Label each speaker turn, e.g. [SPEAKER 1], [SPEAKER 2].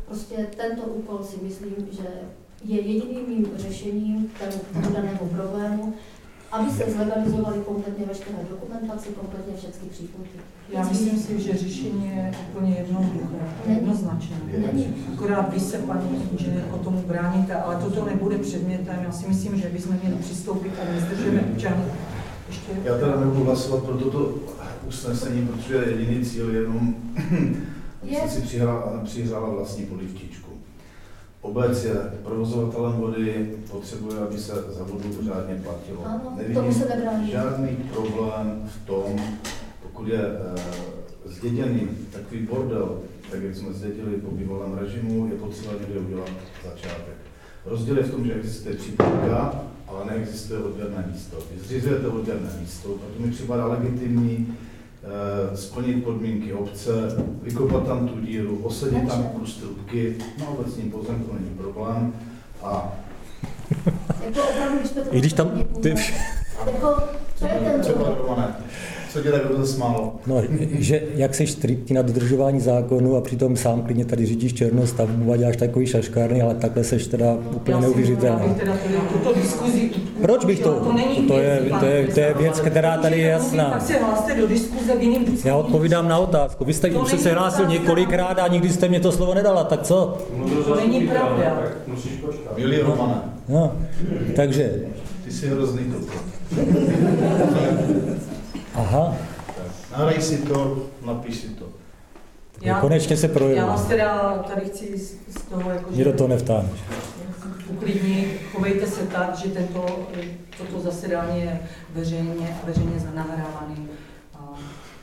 [SPEAKER 1] Prostě tento úkol si myslím, že je jediným řešením tomu danému problému, aby se zlegalizovaly kompletně veškeré dokumentace, kompletně všechny případy.
[SPEAKER 2] Já myslím si, že řešení je úplně jednoduché, jednoznačné. Akorát vy se, paní inženýrko, tomu bráníte, ale toto nebude předmětem. Já si myslím, že bychom měli přistoupit a nezdržíme občany.
[SPEAKER 3] Já teda nebudu hlasovat pro toto usnesení, protože jediný cíl je jenom, aby si přihrála vlastní polivčičku. Obec je provozovatelem vody, potřebuje, aby se za vodu řádně platilo. Nevidím žádný problém v tom, pokud je zděděný takový bordel, tak jak jsme zdědili po bývalém režimu, je potřeba někde udělat začátek. Rozdíl je v tom, že existuje přípravka, ale neexistuje odběrné místo. Když zřizujete odběrné místo, proto mi připadá legitimní splnit podmínky obce, vykopat tam tu díru, osadit tam kus trubky, na obecním pozemku není problém a...
[SPEAKER 4] I když tam...
[SPEAKER 3] Třeba Romane, co tě tak zasmálo?
[SPEAKER 4] No, že jak seš striktní na dodržování zákonu a přitom sám klidně tady řídíš černou stavbu a děláš takový šaškárny, ale takhle seš teda úplně neuvěřitelný. Proč bych to? To je věc, která tady je jasná.
[SPEAKER 2] Tak se hlaste do diskuze v jiným diskuzi.
[SPEAKER 4] Já odpovídám na otázku. Vy jste už se hlásil několikrát a nikdy jste mě to slovo nedala, tak co?
[SPEAKER 2] To není pravda.
[SPEAKER 3] Milý Romane.
[SPEAKER 4] No, takže...
[SPEAKER 3] Ty jsi hrozný to.
[SPEAKER 4] Aha.
[SPEAKER 3] Nahraj si to, napiš si to.
[SPEAKER 4] Konečně se projevil.
[SPEAKER 2] Já vás teda tady chci z toho, jako,
[SPEAKER 4] že do toho nevtáhneš.
[SPEAKER 2] Uklidnit, chovejte se tak, že toto zasedání je veřejně zanahrávaný.